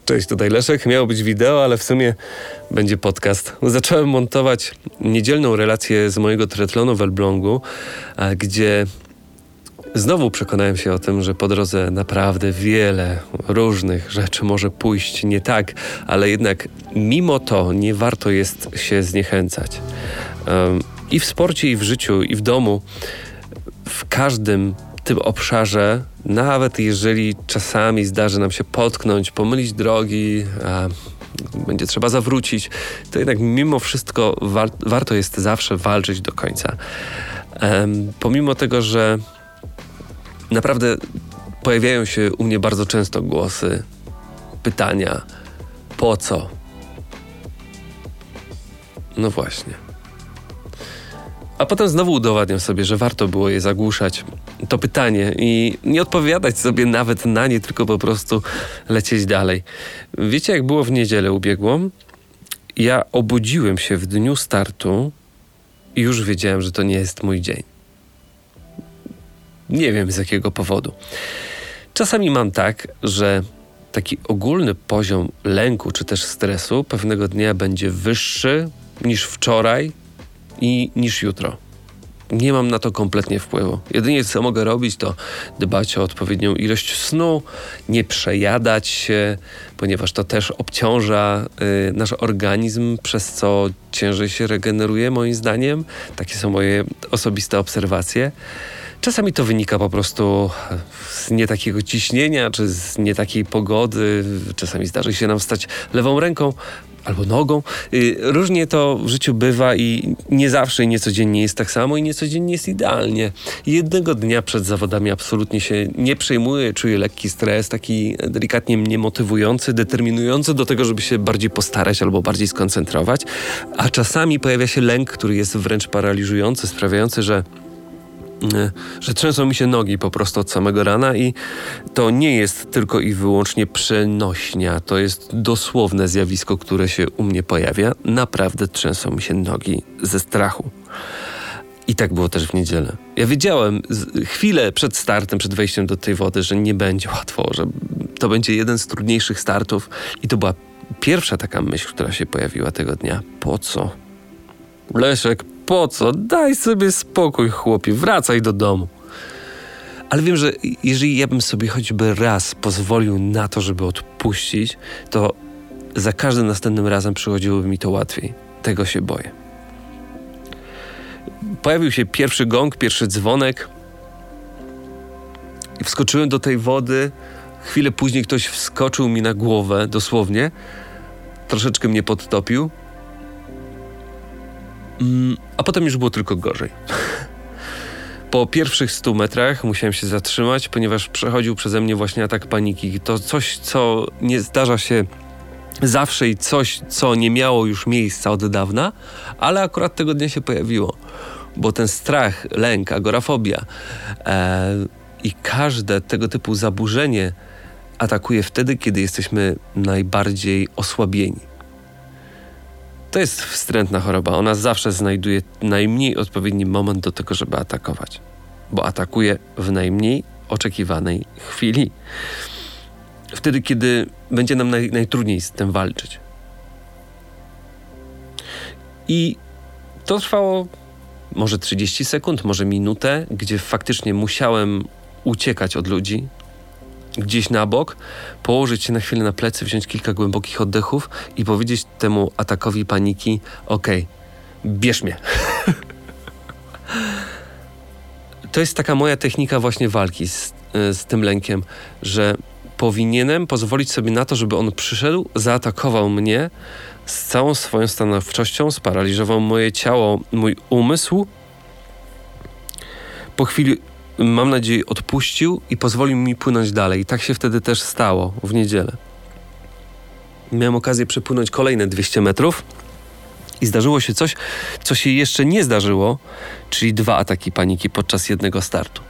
Cześć, tutaj Leszek. Miało być wideo, ale w sumie będzie podcast. Zacząłem montować niedzielną relację z mojego triathlonu w Elblągu, gdzie znowu przekonałem się o tym, że po drodze naprawdę wiele różnych rzeczy może pójść nie tak, ale jednak mimo to nie warto jest się zniechęcać. I w sporcie, i w życiu, i w domu, w każdym tym obszarze, nawet jeżeli czasami zdarzy nam się potknąć, pomylić drogi, będzie trzeba zawrócić, to jednak mimo wszystko warto jest zawsze walczyć do końca. Pomimo tego, że naprawdę pojawiają się u mnie bardzo często głosy, pytania, po co? No właśnie. A potem znowu udowadniam sobie, że warto było je zagłuszać, to pytanie, i nie odpowiadać sobie nawet na nie, tylko po prostu lecieć dalej. Wiecie, jak było w niedzielę ubiegłą? Ja obudziłem się w dniu startu i już wiedziałem, że to nie jest mój dzień. Nie wiem z jakiego powodu. Czasami mam tak, że taki ogólny poziom lęku czy też stresu pewnego dnia będzie wyższy niż wczoraj i niż jutro. Nie mam na to kompletnie wpływu. Jedynie co mogę robić, to dbać o odpowiednią ilość snu, nie przejadać się, ponieważ to też obciąża nasz organizm, przez co ciężej się regeneruje, moim zdaniem. Takie są moje osobiste obserwacje. Czasami to wynika po prostu z nie takiego ciśnienia, czy z nie takiej pogody. Czasami zdarzy się nam wstać lewą ręką albo nogą. Różnie to w życiu bywa i nie zawsze i nie codziennie jest tak samo i nie codziennie jest idealnie. Jednego dnia przed zawodami absolutnie się nie przejmuję, czuję lekki stres, taki delikatnie mnie motywujący, determinujący do tego, żeby się bardziej postarać albo bardziej skoncentrować, a czasami pojawia się lęk, który jest wręcz paraliżujący, sprawiający, że trzęsą mi się nogi po prostu od samego rana, i to nie jest tylko i wyłącznie przenośnia, to jest dosłowne zjawisko, które się u mnie pojawia. Naprawdę trzęsą mi się nogi ze strachu. I tak było też w niedzielę. Ja wiedziałem chwilę przed startem, przed wejściem do tej wody, że nie będzie łatwo, że to będzie jeden z trudniejszych startów, i to była pierwsza taka myśl, która się pojawiła tego dnia. Po co? Leszek, po co? Daj sobie spokój, chłopie, wracaj do domu. Ale wiem, że jeżeli ja bym sobie choćby raz pozwolił na to, żeby odpuścić, to za każdym następnym razem przychodziłoby mi to łatwiej. Tego się boję. Pojawił się pierwszy gong, pierwszy dzwonek. Wskoczyłem do tej wody. Chwilę później ktoś wskoczył mi na głowę, dosłownie. Troszeczkę mnie podtopił. A potem już było tylko gorzej. Po pierwszych 100 metrach musiałem się zatrzymać, ponieważ przechodził przeze mnie właśnie atak paniki. To coś, co nie zdarza się zawsze i coś, co nie miało już miejsca od dawna, ale akurat tego dnia się pojawiło. Bo ten strach, lęk, agorafobia i każde tego typu zaburzenie atakuje wtedy, kiedy jesteśmy najbardziej osłabieni. To jest wstrętna choroba. Ona zawsze znajduje najmniej odpowiedni moment do tego, żeby atakować. Bo atakuje w najmniej oczekiwanej chwili. Wtedy, kiedy będzie nam najtrudniej z tym walczyć. I to trwało może 30 sekund, może minutę, gdzie faktycznie musiałem uciekać od ludzi, gdzieś na bok, położyć się na chwilę na plecy, wziąć kilka głębokich oddechów i powiedzieć temu atakowi paniki: okej, bierz mnie. To jest taka moja technika właśnie walki z tym lękiem, że powinienem pozwolić sobie na to, żeby on przyszedł, zaatakował mnie z całą swoją stanowczością, sparaliżował moje ciało, mój umysł. Po chwili, mam nadzieję, odpuścił i pozwolił mi płynąć dalej. I tak się wtedy też stało w niedzielę. Miałem okazję przepłynąć kolejne 200 metrów i zdarzyło się coś, co się jeszcze nie zdarzyło, czyli 2 ataki paniki podczas jednego startu.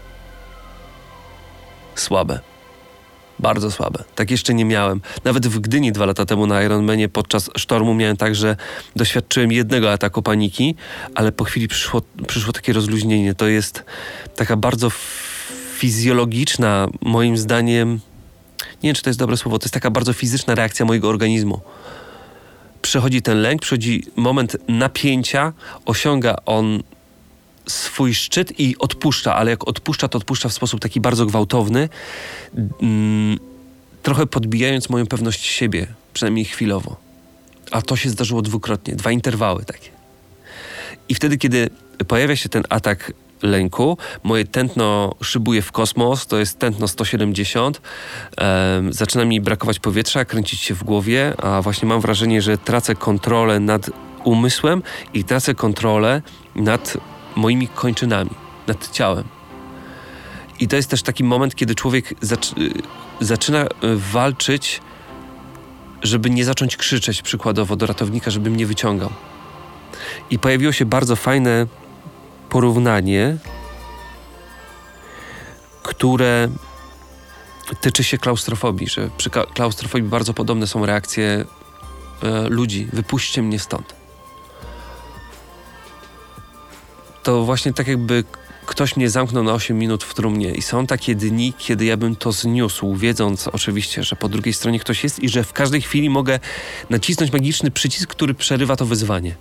Słabe. Bardzo słabe. Tak jeszcze nie miałem. Nawet w Gdyni 2 lata temu na Ironmanie podczas sztormu miałem tak, że doświadczyłem jednego ataku paniki, ale po chwili przyszło takie rozluźnienie. To jest taka bardzo fizjologiczna, moim zdaniem, Nie wiem, czy to jest dobre słowo, to jest taka bardzo fizyczna reakcja mojego organizmu. Przychodzi ten lęk, przychodzi moment napięcia, osiąga on swój szczyt i odpuszcza, ale jak odpuszcza, to odpuszcza w sposób taki bardzo gwałtowny, trochę podbijając moją pewność siebie, przynajmniej chwilowo. A to się zdarzyło dwukrotnie, 2 interwały takie. I wtedy, kiedy pojawia się ten atak lęku, moje tętno szybuje w kosmos, to jest tętno 170, zaczyna mi brakować powietrza, kręcić się w głowie, a właśnie mam wrażenie, że tracę kontrolę nad umysłem i tracę kontrolę nad moimi kończynami, nad ciałem. I to jest też taki moment, kiedy człowiek zaczyna walczyć, żeby nie zacząć krzyczeć przykładowo do ratownika, żeby mnie wyciągał. I pojawiło się bardzo fajne porównanie, które tyczy się klaustrofobii, że przy klaustrofobii bardzo podobne są reakcje ludzi. Wypuśćcie mnie stąd. To właśnie tak jakby ktoś mnie zamknął na 8 minut w trumnie i są takie dni, kiedy ja bym to zniósł, wiedząc oczywiście, że po drugiej stronie ktoś jest i że w każdej chwili mogę nacisnąć magiczny przycisk, który przerywa to wyzwanie.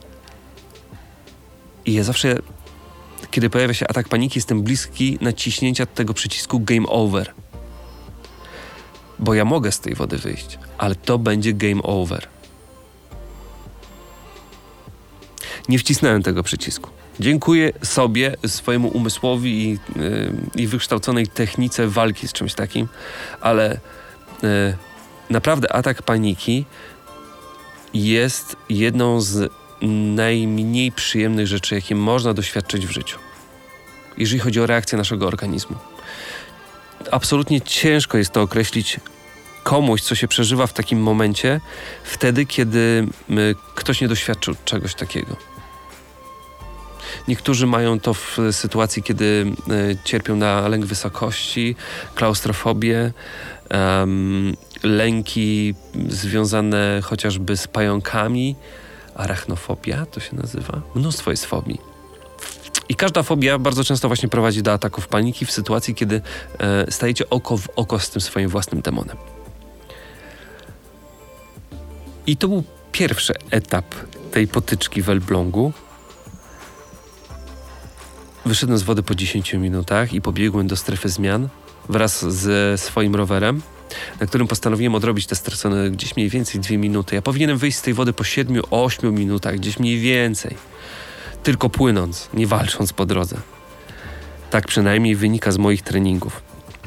I ja zawsze, kiedy pojawia się atak paniki, jestem bliski naciśnięcia tego przycisku game over. Bo ja mogę z tej wody wyjść, ale to będzie game over. Nie wcisnąłem tego przycisku. Dziękuję sobie, swojemu umysłowi i wykształconej technice walki z czymś takim, ale naprawdę atak paniki jest jedną z najmniej przyjemnych rzeczy, jakie można doświadczyć w życiu, jeżeli chodzi o reakcję naszego organizmu. Absolutnie ciężko jest to określić komuś, co się przeżywa w takim momencie, wtedy, kiedy ktoś nie doświadczył czegoś takiego. Niektórzy mają to w sytuacji, kiedy cierpią na lęk wysokości, klaustrofobię, lęki związane chociażby z pająkami, arachnofobia to się nazywa. Mnóstwo jest fobii. I każda fobia bardzo często właśnie prowadzi do ataków paniki w sytuacji, kiedy stajecie oko w oko z tym swoim własnym demonem. I to był pierwszy etap tej potyczki w Elblągu. Wyszedłem z wody po 10 minutach i pobiegłem do strefy zmian wraz ze swoim rowerem, na którym postanowiłem odrobić te stracone gdzieś mniej więcej 2 minuty. Ja powinienem wyjść z tej wody po 7-8 minutach, gdzieś mniej więcej. Tylko płynąc, nie walcząc po drodze. Tak przynajmniej wynika z moich treningów.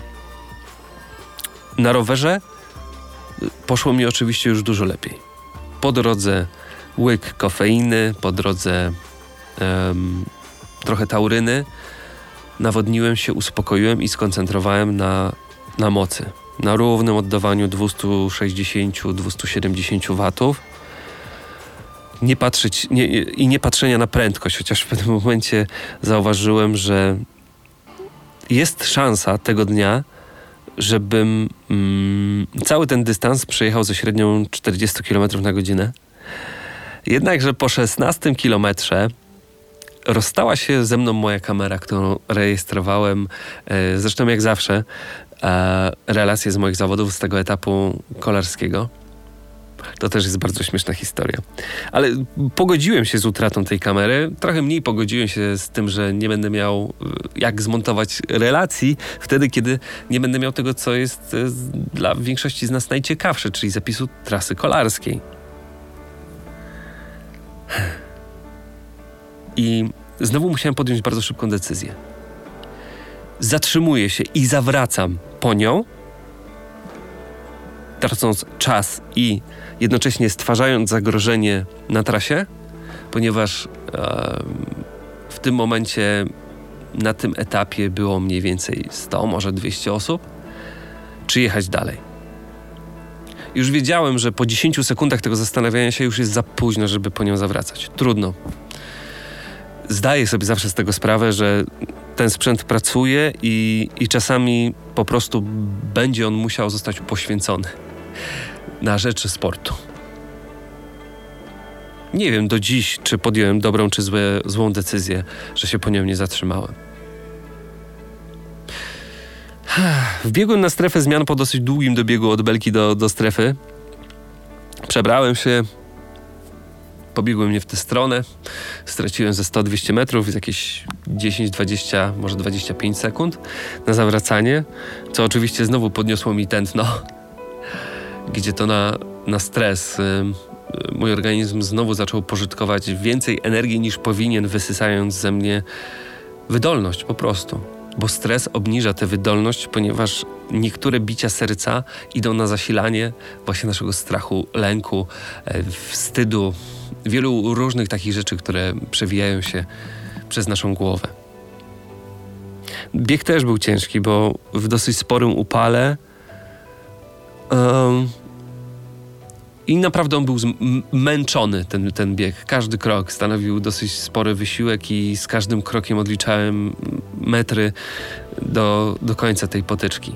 Na rowerze poszło mi oczywiście już dużo lepiej. Po drodze łyk kofeiny, po drodze trochę tauryny. Nawodniłem się, uspokoiłem i skoncentrowałem na mocy. Na równym oddawaniu 260-270 watów. Nie patrzenia na prędkość, chociaż w pewnym momencie zauważyłem, że jest szansa tego dnia, żebym cały ten dystans przejechał ze średnią 40 km na godzinę. Jednakże po 16 kilometrze rozstała się ze mną moja kamera, którą rejestrowałem, zresztą jak zawsze, relacje z moich zawodów z tego etapu kolarskiego. To też jest bardzo śmieszna historia. Ale pogodziłem się z utratą tej kamery. Trochę mniej pogodziłem się z tym, że nie będę miał jak zmontować relacji wtedy, kiedy nie będę miał tego, co jest dla większości z nas najciekawsze, czyli zapisu trasy kolarskiej. I znowu musiałem podjąć bardzo szybką decyzję. Zatrzymuję się i zawracam po nią, tracąc czas i jednocześnie stwarzając zagrożenie na trasie, ponieważ w tym momencie na tym etapie było mniej więcej 100, może 200 osób, czy jechać dalej. Już wiedziałem, że po 10 sekundach tego zastanawiania się już jest za późno, żeby po nią zawracać. Trudno. Zdaję sobie zawsze z tego sprawę, że ten sprzęt pracuje i czasami po prostu będzie on musiał zostać poświęcony na rzeczy sportu. Nie wiem do dziś, czy podjąłem dobrą, czy złą decyzję, że się po nią nie zatrzymałem. Wbiegłem na strefę zmian po dosyć długim dobiegu od belki do strefy. Przebrałem się, pobiegłem nie w tę stronę, straciłem ze 100-200 metrów, z jakieś 10-20, może 25 sekund na zawracanie, co oczywiście znowu podniosło mi tętno, gdzie to na stres mój organizm znowu zaczął pożytkować więcej energii niż powinien, wysysając ze mnie wydolność po prostu. Bo stres obniża tę wydolność, ponieważ niektóre bicia serca idą na zasilanie właśnie naszego strachu, lęku, wstydu, wielu różnych takich rzeczy, które przewijają się przez naszą głowę. Bieg też był ciężki, bo w dosyć sporym upale i naprawdę on był męczony, ten bieg. Każdy krok stanowił dosyć spory wysiłek i z każdym krokiem odliczałem metry do końca tej potyczki.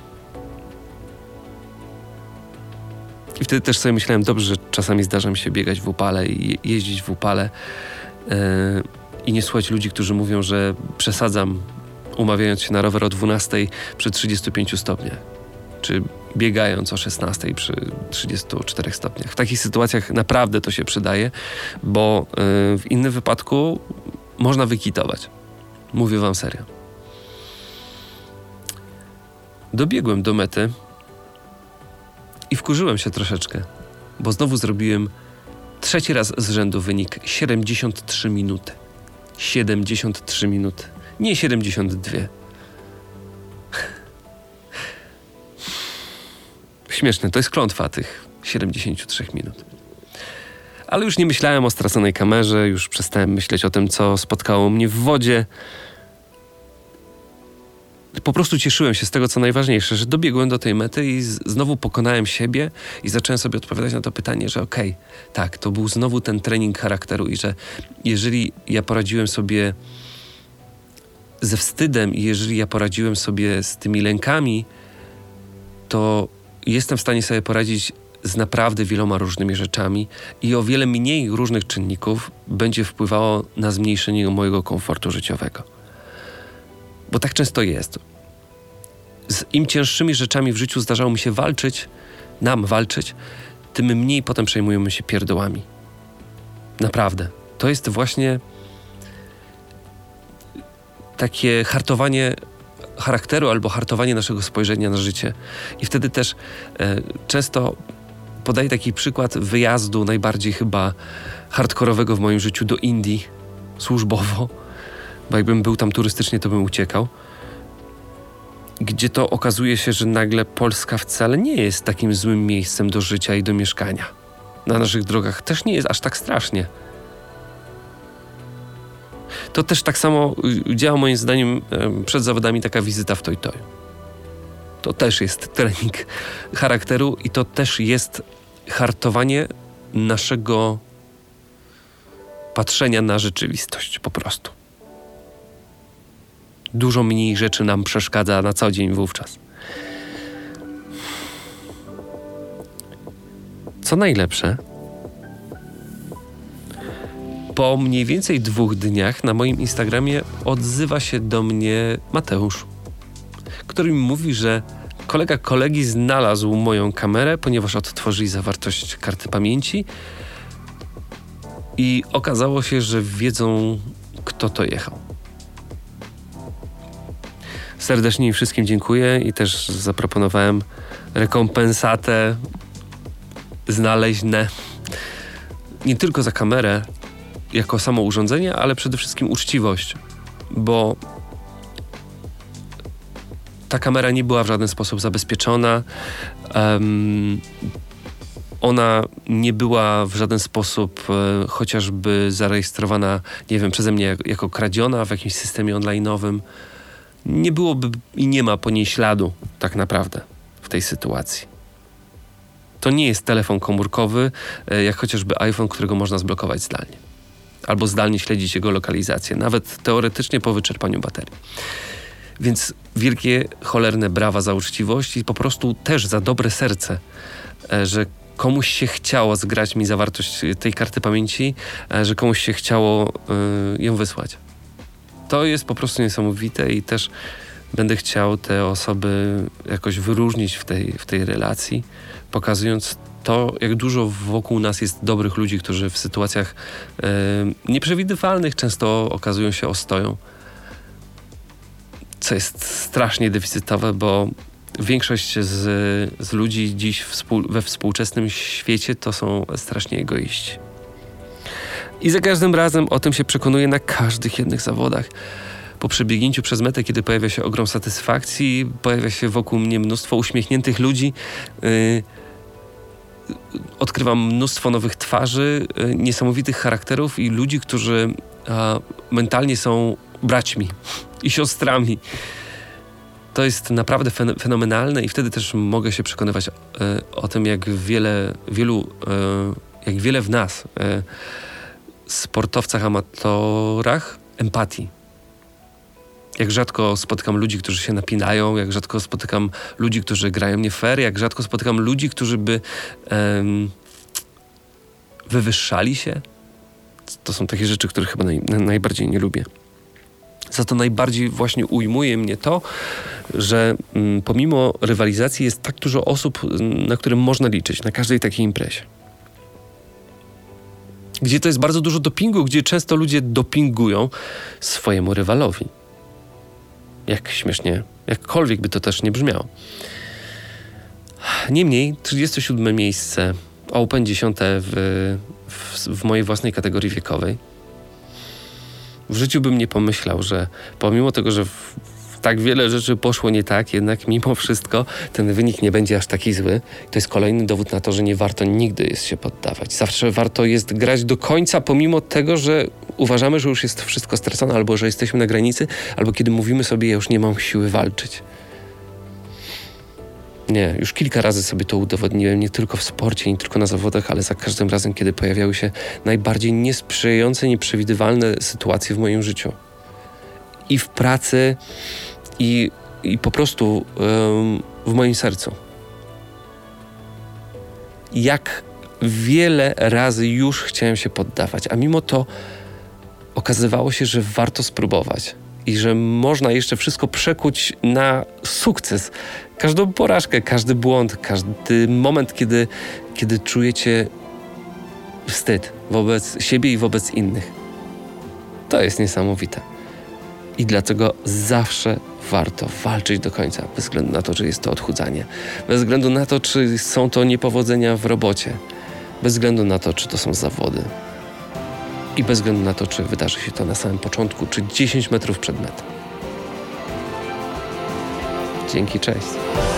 I wtedy też sobie myślałem, dobrze, że czasami zdarza mi się biegać w upale i jeździć w upale i nie słuchać ludzi, którzy mówią, że przesadzam, umawiając się na rower o 12 przy 35 stopniach. Czy biegając o 16 przy 34 stopniach. W takich sytuacjach naprawdę to się przydaje, bo w innym wypadku można wykitować. Mówię wam serio. Dobiegłem do mety i wkurzyłem się troszeczkę, bo znowu zrobiłem trzeci raz z rzędu wynik 73 minuty. 73 minuty. Nie 72. Śmieszne, to jest klątwa tych 73 minut. Ale już nie myślałem o straconej kamerze, już przestałem myśleć o tym, co spotkało mnie w wodzie. Po prostu cieszyłem się z tego, co najważniejsze, że dobiegłem do tej mety i znowu pokonałem siebie i zacząłem sobie odpowiadać na to pytanie, że okej, tak, to był znowu ten trening charakteru i że jeżeli ja poradziłem sobie ze wstydem i jeżeli ja poradziłem sobie z tymi lękami, to jestem w stanie sobie poradzić z naprawdę wieloma różnymi rzeczami i o wiele mniej różnych czynników będzie wpływało na zmniejszenie mojego komfortu życiowego. Bo tak często jest. Z im cięższymi rzeczami w życiu zdarzało mi się nam walczyć, tym mniej potem przejmujemy się pierdołami. Naprawdę. To jest właśnie takie hartowanie charakteru albo hartowanie naszego spojrzenia na życie. I wtedy też często podaję taki przykład wyjazdu najbardziej chyba hardkorowego w moim życiu do Indii służbowo, bo jakbym był tam turystycznie, to bym uciekał. Gdzie to okazuje się, że nagle Polska wcale nie jest takim złym miejscem do życia i do mieszkania. Na naszych drogach też nie jest aż tak strasznie. To też tak samo działa moim zdaniem przed zawodami taka wizyta w Toy-Toy. To też jest trening charakteru i to też jest hartowanie naszego patrzenia na rzeczywistość po prostu. Dużo mniej rzeczy nam przeszkadza na co dzień wówczas. Co najlepsze, po mniej więcej 2 dniach na moim Instagramie odzywa się do mnie Mateusz, który mi mówi, że kolega kolegi znalazł moją kamerę, ponieważ odtworzyli zawartość karty pamięci i okazało się, że wiedzą, kto to jechał. Serdecznie im wszystkim dziękuję i też zaproponowałem rekompensatę znaleźnę nie tylko za kamerę jako samo urządzenie, ale przede wszystkim uczciwość, bo ta kamera nie była w żaden sposób zabezpieczona. Ona nie była w żaden sposób chociażby zarejestrowana, nie wiem, przeze mnie jako kradziona w jakimś systemie online'owym. Nie byłoby i nie ma po niej śladu tak naprawdę w tej sytuacji. To nie jest telefon komórkowy, jak chociażby iPhone, którego można zblokować zdalnie. Albo zdalnie śledzić jego lokalizację, nawet teoretycznie po wyczerpaniu baterii. Więc wielkie, cholerne brawa za uczciwość i po prostu też za dobre serce, że komuś się chciało zgrać mi zawartość tej karty pamięci, że komuś się chciało ją wysłać. To jest po prostu niesamowite i też będę chciał te osoby jakoś wyróżnić w tej relacji, pokazując to, jak dużo wokół nas jest dobrych ludzi, którzy w sytuacjach nieprzewidywalnych często okazują się ostoją. Co jest strasznie deficytowe, bo większość z ludzi dziś we współczesnym świecie to są strasznie egoiści. I za każdym razem o tym się przekonuję na każdych jednych zawodach. Po przebiegnięciu przez metę, kiedy pojawia się ogrom satysfakcji, pojawia się wokół mnie mnóstwo uśmiechniętych ludzi, odkrywam mnóstwo nowych twarzy, niesamowitych charakterów i ludzi, którzy mentalnie są braćmi i siostrami. To jest naprawdę fenomenalne i wtedy też mogę się przekonywać o tym, jak wiele w nas, sportowcach, amatorach, empatii. Jak rzadko spotykam ludzi, którzy się napinają, jak rzadko spotykam ludzi, którzy grają nie fair, jak rzadko spotykam ludzi, którzy by wywyższali się. To są takie rzeczy, których chyba najbardziej nie lubię. Za to najbardziej właśnie ujmuje mnie to, że pomimo rywalizacji jest tak dużo osób, na które można liczyć na każdej takiej imprezie. Gdzie to jest bardzo dużo dopingu, gdzie często ludzie dopingują swojemu rywalowi. Jak śmiesznie, jakkolwiek by to też nie brzmiało. Niemniej 37 miejsce, Open 10 w mojej własnej kategorii wiekowej. W życiu bym nie pomyślał, że pomimo tego, że tak wiele rzeczy poszło nie tak, jednak mimo wszystko ten wynik nie będzie aż taki zły. To jest kolejny dowód na to, że nie warto nigdy jest się poddawać. Zawsze warto jest grać do końca, pomimo tego, że uważamy, że już jest wszystko stracone, albo że jesteśmy na granicy, albo kiedy mówimy sobie, ja już nie mam siły walczyć. Nie, już kilka razy sobie to udowodniłem, nie tylko w sporcie, nie tylko na zawodach, ale za każdym razem, kiedy pojawiały się najbardziej niesprzyjające, nieprzewidywalne sytuacje w moim życiu. I w pracy, i po prostu w moim sercu. Jak wiele razy już chciałem się poddawać, a mimo to okazywało się, że warto spróbować i że można jeszcze wszystko przekuć na sukces. Każdą porażkę, każdy błąd, każdy moment, kiedy czujecie wstyd wobec siebie i wobec innych. To jest niesamowite. I dlatego zawsze warto walczyć do końca, bez względu na to, czy jest to odchudzanie, bez względu na to, czy są to niepowodzenia w robocie, bez względu na to, czy to są zawody i bez względu na to, czy wydarzy się to na samym początku, czy 10 metrów przed metą. Dzięki, cześć.